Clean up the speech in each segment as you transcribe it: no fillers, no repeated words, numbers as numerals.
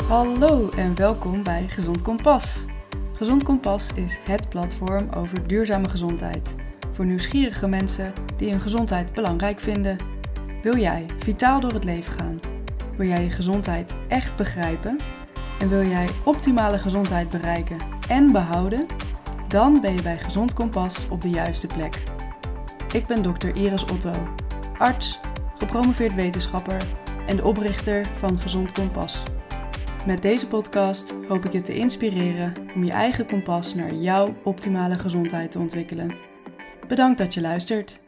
Hallo en welkom bij Gezond Kompas. Gezond Kompas is het platform over duurzame gezondheid. Voor nieuwsgierige mensen die hun gezondheid belangrijk vinden. Wil jij vitaal door het leven gaan? Wil jij je gezondheid echt begrijpen? En wil jij optimale gezondheid bereiken en behouden? Dan ben je bij Gezond Kompas op de juiste plek. Ik ben dokter Iris Otto, arts, gepromoveerd wetenschapper en de oprichter van Gezond Kompas. Met deze podcast hoop ik je te inspireren om je eigen kompas naar jouw optimale gezondheid te ontwikkelen. Bedankt dat je luistert.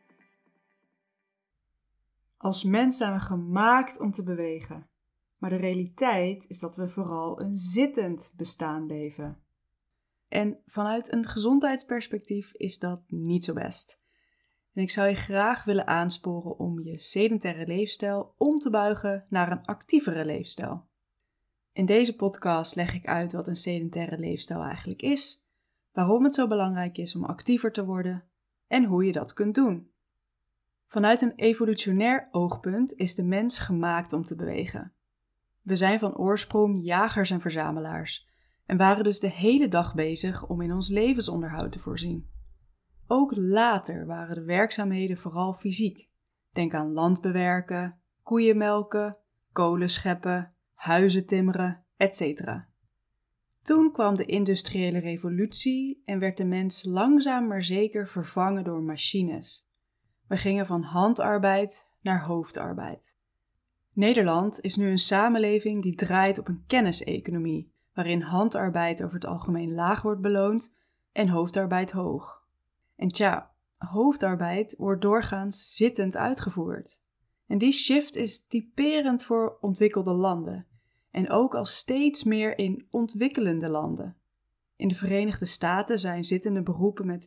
Als mens zijn we gemaakt om te bewegen. Maar de realiteit is dat we vooral een zittend bestaan leven. En vanuit een gezondheidsperspectief is dat niet zo best. En ik zou je graag willen aansporen om je sedentaire leefstijl om te buigen naar een actievere leefstijl. In deze podcast leg ik uit wat een sedentaire leefstijl eigenlijk is, waarom het zo belangrijk is om actiever te worden en hoe je dat kunt doen. Vanuit een evolutionair oogpunt is de mens gemaakt om te bewegen. We zijn van oorsprong jagers en verzamelaars en waren dus de hele dag bezig om in ons levensonderhoud te voorzien. Ook later waren de werkzaamheden vooral fysiek. Denk aan land bewerken, koeien melken, kolen scheppen, huizen timmeren, etc. Toen kwam de industriële revolutie en werd de mens langzaam maar zeker vervangen door machines. We gingen van handarbeid naar hoofdarbeid. Nederland is nu een samenleving die draait op een kenniseconomie, waarin handarbeid over het algemeen laag wordt beloond en hoofdarbeid hoog. En tja, hoofdarbeid wordt doorgaans zittend uitgevoerd. En die shift is typerend voor ontwikkelde landen en ook al steeds meer in ontwikkelende landen. In de Verenigde Staten zijn zittende beroepen met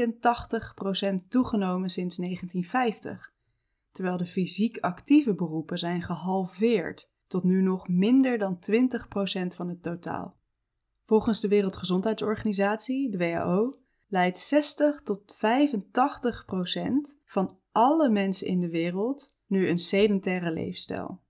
83% toegenomen sinds 1950, terwijl de fysiek actieve beroepen zijn gehalveerd tot nu nog minder dan 20% van het totaal. Volgens de Wereldgezondheidsorganisatie, de WHO, leidt 60 tot 85% van alle mensen in de wereld nu een sedentaire leefstijl.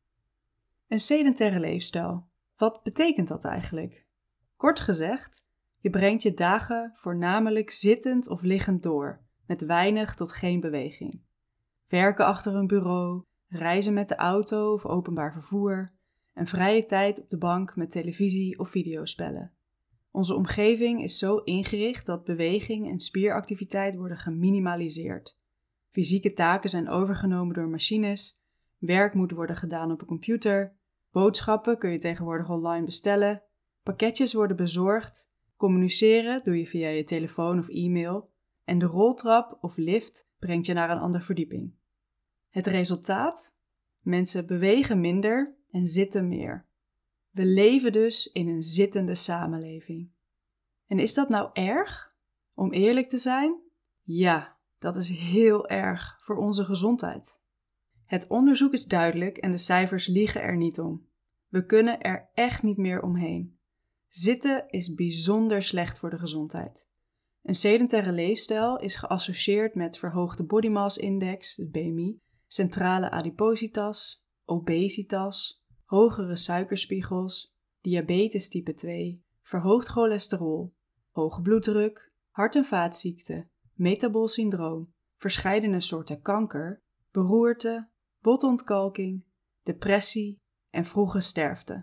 Een sedentaire leefstijl, wat betekent dat eigenlijk? Kort gezegd, je brengt je dagen voornamelijk zittend of liggend door, met weinig tot geen beweging. Werken achter een bureau, reizen met de auto of openbaar vervoer en vrije tijd op de bank met televisie of videospellen. Onze omgeving is zo ingericht dat beweging en spieractiviteit worden geminimaliseerd. Fysieke taken zijn overgenomen door machines, werk moet worden gedaan op een computer, boodschappen kun je tegenwoordig online bestellen, pakketjes worden bezorgd, communiceren doe je via je telefoon of e-mail en de roltrap of lift brengt je naar een andere verdieping. Het resultaat? Mensen bewegen minder en zitten meer. We leven dus in een zittende samenleving. En is dat nou erg? Om eerlijk te zijn? Ja, dat is heel erg voor onze gezondheid. Het onderzoek is duidelijk en de cijfers liegen er niet om. We kunnen er echt niet meer omheen. Zitten is bijzonder slecht voor de gezondheid. Een sedentaire leefstijl is geassocieerd met verhoogde body mass index, het BMI, centrale adipositas, obesitas, hogere suikerspiegels, diabetes type 2, verhoogd cholesterol, hoge bloeddruk, hart- en vaatziekten, metabool syndroom, verscheidene soorten kanker, beroerte, botontkalking, depressie en vroege sterfte.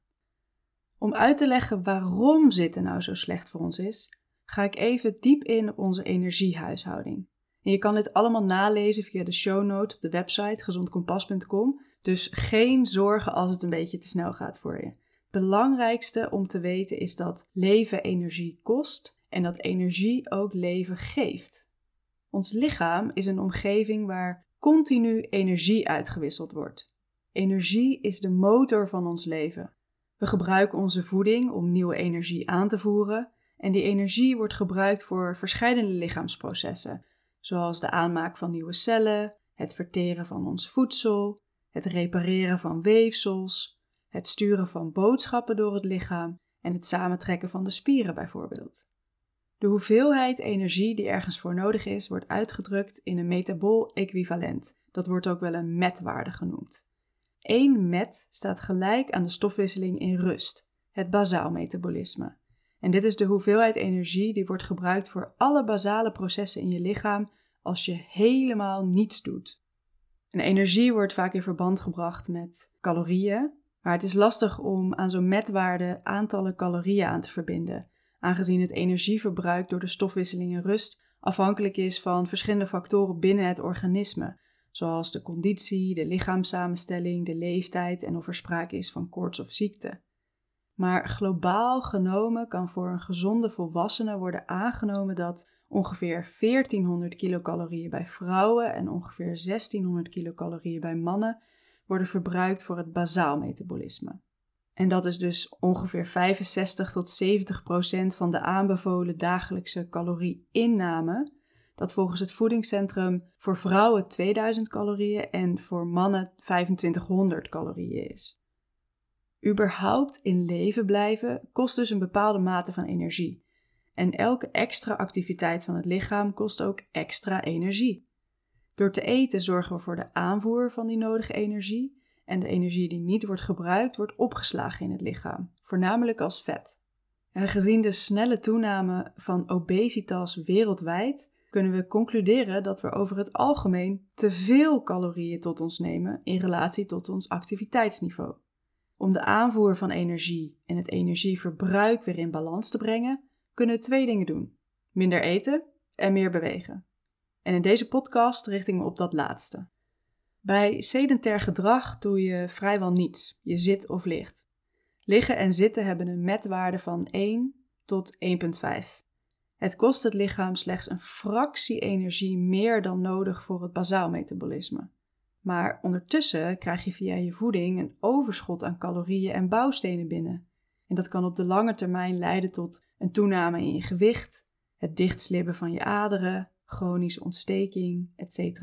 Om uit te leggen waarom zitten nou zo slecht voor ons is, ga ik even diep in op onze energiehuishouding. En je kan dit allemaal nalezen via de show notes op de website gezondkompas.com, dus geen zorgen als het een beetje te snel gaat voor je. Het belangrijkste om te weten is dat leven energie kost en dat energie ook leven geeft. Ons lichaam is een omgeving waar continu energie uitgewisseld wordt. Energie is de motor van ons leven. We gebruiken onze voeding om nieuwe energie aan te voeren en die energie wordt gebruikt voor verscheidene lichaamsprocessen, zoals de aanmaak van nieuwe cellen, het verteren van ons voedsel, het repareren van weefsels, het sturen van boodschappen door het lichaam en het samentrekken van de spieren bijvoorbeeld. De hoeveelheid energie die ergens voor nodig is, wordt uitgedrukt in een metabool-equivalent. Dat wordt ook wel een metwaarde genoemd. 1 met staat gelijk aan de stofwisseling in rust, het basaal metabolisme. En dit is de hoeveelheid energie die wordt gebruikt voor alle basale processen in je lichaam als je helemaal niets doet. En energie wordt vaak in verband gebracht met calorieën, maar het is lastig om aan zo'n metwaarde aantallen calorieën aan te verbinden, aangezien het energieverbruik door de stofwisseling in rust afhankelijk is van verschillende factoren binnen het organisme, zoals de conditie, de lichaamssamenstelling, de leeftijd en of er sprake is van koorts of ziekte. Maar globaal genomen kan voor een gezonde volwassene worden aangenomen dat ongeveer 1400 kilocalorieën bij vrouwen en ongeveer 1600 kilocalorieën bij mannen worden verbruikt voor het basaal metabolisme. En dat is dus ongeveer 65 tot 70% van de aanbevolen dagelijkse calorieinname, dat volgens het voedingscentrum voor vrouwen 2000 calorieën en voor mannen 2500 calorieën is. Überhaupt in leven blijven kost dus een bepaalde mate van energie. En elke extra activiteit van het lichaam kost ook extra energie. Door te eten zorgen we voor de aanvoer van die nodige energie en de energie die niet wordt gebruikt wordt opgeslagen in het lichaam, voornamelijk als vet. En gezien de snelle toename van obesitas wereldwijd kunnen we concluderen dat we over het algemeen te veel calorieën tot ons nemen in relatie tot ons activiteitsniveau. Om de aanvoer van energie en het energieverbruik weer in balans te brengen, kunnen we 2 dingen doen: minder eten en meer bewegen. En in deze podcast richt ik me op dat laatste. Bij sedentair gedrag doe je vrijwel niets. Je zit of ligt. Liggen en zitten hebben een metwaarde van 1 tot 1,5. Het kost het lichaam slechts een fractie energie meer dan nodig voor het basaal metabolisme. Maar ondertussen krijg je via je voeding een overschot aan calorieën en bouwstenen binnen. En dat kan op de lange termijn leiden tot een toename in je gewicht, het dichtslibben van je aderen, chronische ontsteking, etc.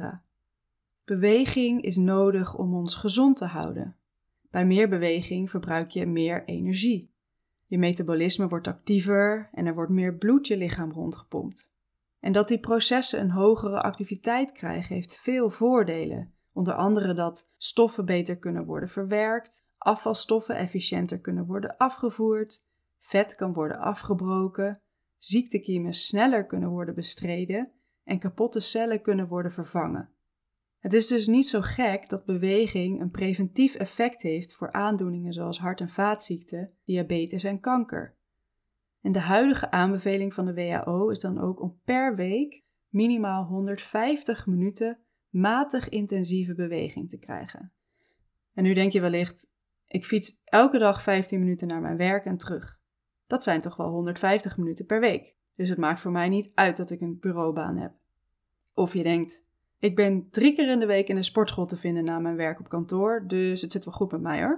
Beweging is nodig om ons gezond te houden. Bij meer beweging verbruik je meer energie. Je metabolisme wordt actiever en er wordt meer bloed je lichaam rondgepompt. En dat die processen een hogere activiteit krijgen heeft veel voordelen. Onder andere dat stoffen beter kunnen worden verwerkt, afvalstoffen efficiënter kunnen worden afgevoerd, vet kan worden afgebroken, ziektekiemen sneller kunnen worden bestreden en kapotte cellen kunnen worden vervangen. Het is dus niet zo gek dat beweging een preventief effect heeft voor aandoeningen zoals hart- en vaatziekten, diabetes en kanker. En de huidige aanbeveling van de WHO is dan ook om per week minimaal 150 minuten matig intensieve beweging te krijgen. En nu denk je wellicht, ik fiets elke dag 15 minuten naar mijn werk en terug. Dat zijn toch wel 150 minuten per week, dus het maakt voor mij niet uit dat ik een bureaubaan heb. Of je denkt, ik ben 3 keer in de week in een sportschool te vinden na mijn werk op kantoor, dus het zit wel goed met mij hoor.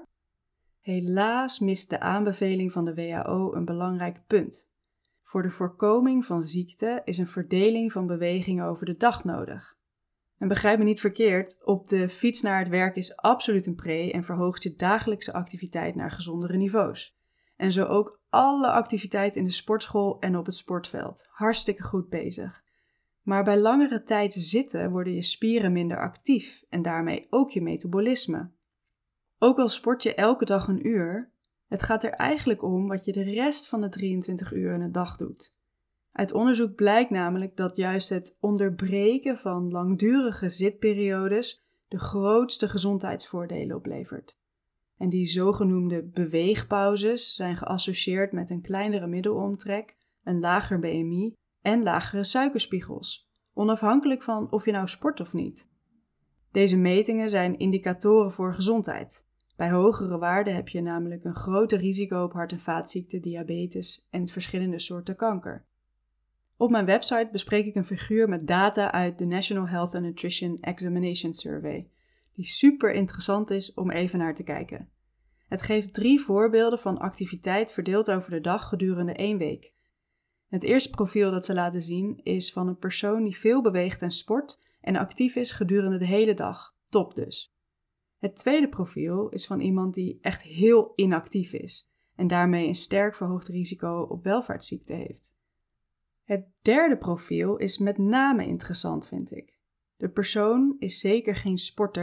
Helaas mist de aanbeveling van de WHO een belangrijk punt. Voor de voorkoming van ziekte is een verdeling van bewegingen over de dag nodig. En begrijp me niet verkeerd, op de fiets naar het werk is absoluut een pre en verhoogt je dagelijkse activiteit naar gezondere niveaus. En zo ook alle activiteit in de sportschool en op het sportveld. Hartstikke goed bezig. Maar bij langere tijd zitten worden je spieren minder actief en daarmee ook je metabolisme. Ook al sport je elke dag 1 uur, het gaat er eigenlijk om wat je de rest van de 23 uur in een dag doet. Uit onderzoek blijkt namelijk dat juist het onderbreken van langdurige zitperiodes de grootste gezondheidsvoordelen oplevert. En die zogenoemde beweegpauzes zijn geassocieerd met een kleinere middelomtrek, een lager BMI en lagere suikerspiegels, onafhankelijk van of je nou sport of niet. Deze metingen zijn indicatoren voor gezondheid. Bij hogere waarden heb je namelijk een groter risico op hart- en vaatziekten, diabetes en verschillende soorten kanker. Op mijn website bespreek ik een figuur met data uit de National Health and Nutrition Examination Survey, die super interessant is om even naar te kijken. Het geeft 3 voorbeelden van activiteit verdeeld over de dag gedurende 1 week. Het eerste profiel dat ze laten zien is van een persoon die veel beweegt en sport en actief is gedurende de hele dag. Top dus. Het tweede profiel is van iemand die echt heel inactief is en daarmee een sterk verhoogd risico op welvaartsziekten heeft. Het derde profiel is met name interessant, vind ik. De persoon is zeker geen sporter,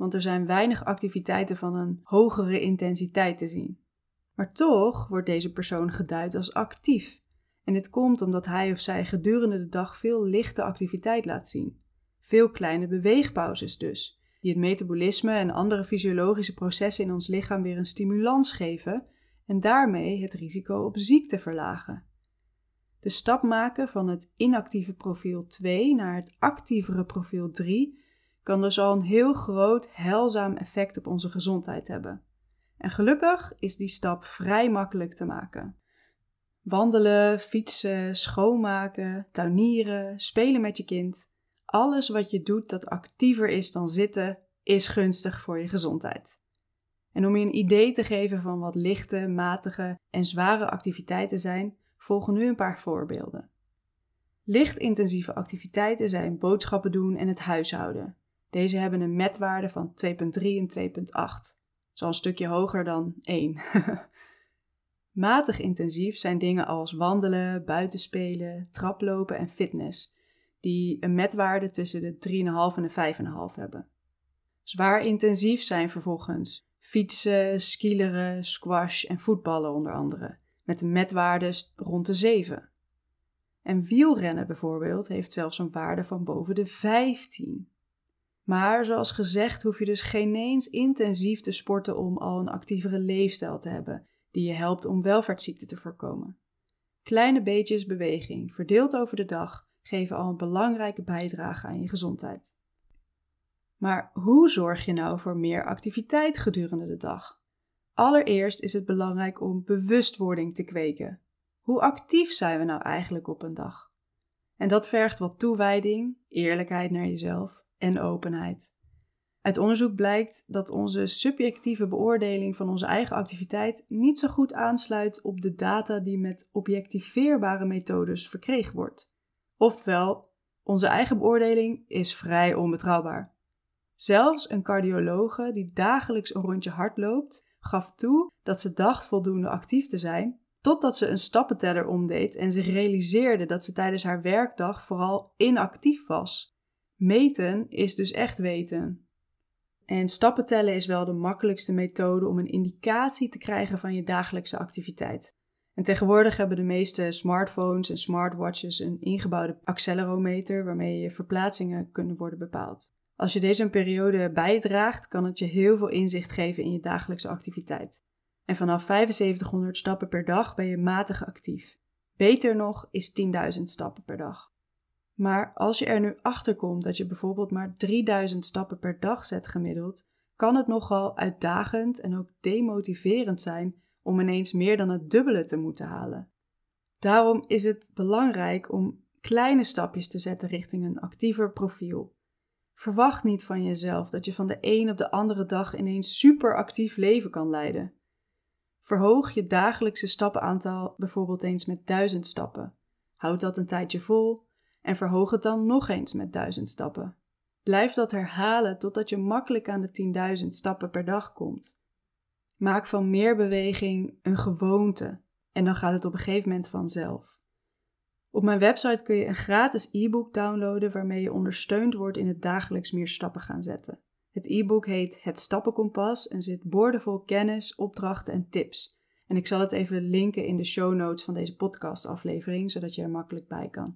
want er zijn weinig activiteiten van een hogere intensiteit te zien. Maar toch wordt deze persoon geduid als actief. En dit komt omdat hij of zij gedurende de dag veel lichte activiteit laat zien. Veel kleine beweegpauzes dus, die het metabolisme en andere fysiologische processen in ons lichaam weer een stimulans geven en daarmee het risico op ziekte verlagen. De stap maken van het inactieve profiel 2 naar het actievere profiel 3 kan dus al een heel groot, heilzaam effect op onze gezondheid hebben. En gelukkig is die stap vrij makkelijk te maken. Wandelen, fietsen, schoonmaken, tuinieren, spelen met je kind. Alles wat je doet dat actiever is dan zitten, is gunstig voor je gezondheid. En om je een idee te geven van wat lichte, matige en zware activiteiten zijn, volgen nu een paar voorbeelden. Licht-intensieve activiteiten zijn boodschappen doen en het huishouden. Deze hebben een metwaarde van 2,3 en 2,8. Dat is al een stukje hoger dan 1. Matig intensief zijn dingen als wandelen, buitenspelen, traplopen en fitness, die een metwaarde tussen de 3,5 en de 5,5 hebben. Zwaar intensief zijn vervolgens fietsen, skileren, squash en voetballen onder andere, met een metwaarde rond de 7. En wielrennen bijvoorbeeld heeft zelfs een waarde van boven de 15. Maar zoals gezegd hoef je dus geen eens intensief te sporten om al een actievere leefstijl te hebben, die je helpt om welvaartsziekten te voorkomen. Kleine beetjes beweging, verdeeld over de dag, geven al een belangrijke bijdrage aan je gezondheid. Maar hoe zorg je nou voor meer activiteit gedurende de dag? Allereerst is het belangrijk om bewustwording te kweken. Hoe actief zijn we nou eigenlijk op een dag? En dat vergt wat toewijding, eerlijkheid naar jezelf en openheid. Uit onderzoek blijkt dat onze subjectieve beoordeling van onze eigen activiteit niet zo goed aansluit op de data die met objectiveerbare methodes verkregen wordt. Oftewel, onze eigen beoordeling is vrij onbetrouwbaar. Zelfs een cardiologe die dagelijks een rondje hard loopt, gaf toe dat ze dacht voldoende actief te zijn, totdat ze een stappenteller omdeed en zich realiseerde dat ze tijdens haar werkdag vooral inactief was. Meten is dus echt weten. En stappen tellen is wel de makkelijkste methode om een indicatie te krijgen van je dagelijkse activiteit. En tegenwoordig hebben de meeste smartphones en smartwatches een ingebouwde accelerometer waarmee je verplaatsingen kunnen worden bepaald. Als je deze een periode bijdraagt, kan het je heel veel inzicht geven in je dagelijkse activiteit. En vanaf 7500 stappen per dag ben je matig actief. Beter nog is 10.000 stappen per dag. Maar als je er nu achter komt dat je bijvoorbeeld maar 3000 stappen per dag zet gemiddeld, kan het nogal uitdagend en ook demotiverend zijn om ineens meer dan het dubbele te moeten halen. Daarom is het belangrijk om kleine stapjes te zetten richting een actiever profiel. Verwacht niet van jezelf dat je van de een op de andere dag ineens super actief leven kan leiden. Verhoog je dagelijkse stappenaantal bijvoorbeeld eens met 1000 stappen. Houd dat een tijdje vol en verhoog het dan nog eens met 1000 stappen. Blijf dat herhalen totdat je makkelijk aan de 10.000 stappen per dag komt. Maak van meer beweging een gewoonte en dan gaat het op een gegeven moment vanzelf. Op mijn website kun je een gratis e-book downloaden waarmee je ondersteund wordt in het dagelijks meer stappen gaan zetten. Het e-book heet Het Stappenkompas en zit boordevol kennis, opdrachten en tips. En ik zal het even linken in de show notes van deze podcastaflevering, zodat je er makkelijk bij kan.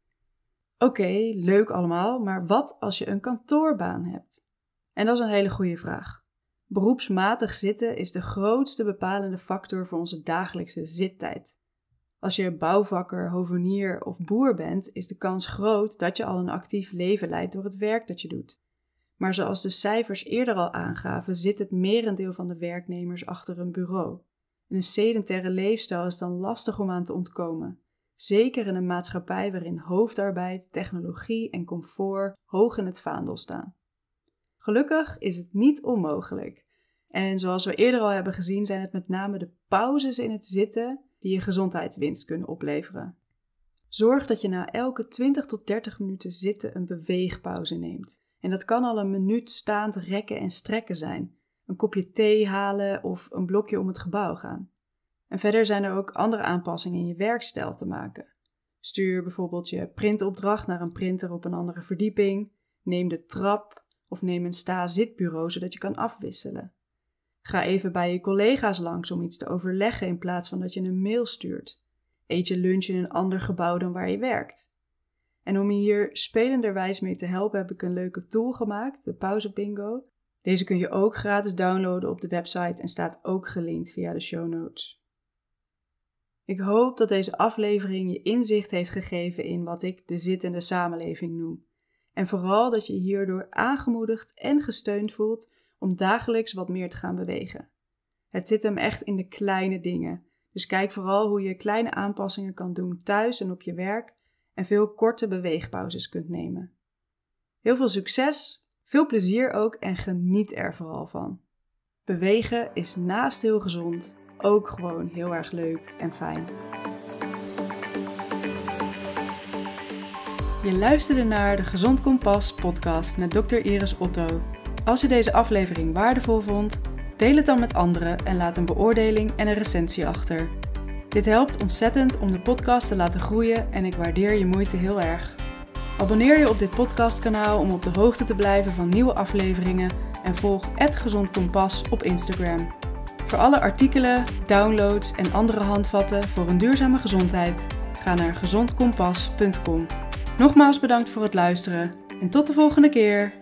Oké, leuk allemaal, maar wat als je een kantoorbaan hebt? En dat is een hele goede vraag. Beroepsmatig zitten is de grootste bepalende factor voor onze dagelijkse zittijd. Als je bouwvakker, hovenier of boer bent, is de kans groot dat je al een actief leven leidt door het werk dat je doet. Maar zoals de cijfers eerder al aangaven, zit het merendeel van de werknemers achter een bureau. En een sedentaire leefstijl is dan lastig om aan te ontkomen. Zeker in een maatschappij waarin hoofdarbeid, technologie en comfort hoog in het vaandel staan. Gelukkig is het niet onmogelijk. En zoals we eerder al hebben gezien, zijn het met name de pauzes in het zitten die je gezondheidswinst kunnen opleveren. Zorg dat je na elke 20 tot 30 minuten zitten een beweegpauze neemt. En dat kan al een minuut staand rekken en strekken zijn, een kopje thee halen of een blokje om het gebouw gaan. En verder zijn er ook andere aanpassingen in je werkstijl te maken. Stuur bijvoorbeeld je printopdracht naar een printer op een andere verdieping, neem de trap Of neem een sta-zitbureau zodat je kan afwisselen. Ga even bij je collega's langs om iets te overleggen in plaats van dat je een mail stuurt. Eet je lunch in een ander gebouw dan waar je werkt. En om je hier spelenderwijs mee te helpen heb ik een leuke tool gemaakt, de Pauze Bingo. Deze kun je ook gratis downloaden op de website en staat ook gelinkt via de show notes. Ik hoop dat deze aflevering je inzicht heeft gegeven in wat ik de zittende samenleving noem. En vooral dat je hierdoor aangemoedigd en gesteund voelt om dagelijks wat meer te gaan bewegen. Het zit hem echt in de kleine dingen. Dus kijk vooral hoe je kleine aanpassingen kan doen thuis en op je werk en veel korte beweegpauzes kunt nemen. Heel veel succes, veel plezier ook en geniet er vooral van. Bewegen is naast heel gezond ook gewoon heel erg leuk en fijn. Je luisterde naar de Gezond Kompas podcast met Dr. Iris Otto. Als je deze aflevering waardevol vond, deel het dan met anderen en laat een beoordeling en een recensie achter. Dit helpt ontzettend om de podcast te laten groeien en ik waardeer je moeite heel erg. Abonneer je op dit podcastkanaal om op de hoogte te blijven van nieuwe afleveringen en volg @Gezond Kompas op Instagram. Voor alle artikelen, downloads en andere handvatten voor een duurzame gezondheid, ga naar gezondkompas.com. Nogmaals bedankt voor het luisteren en tot de volgende keer!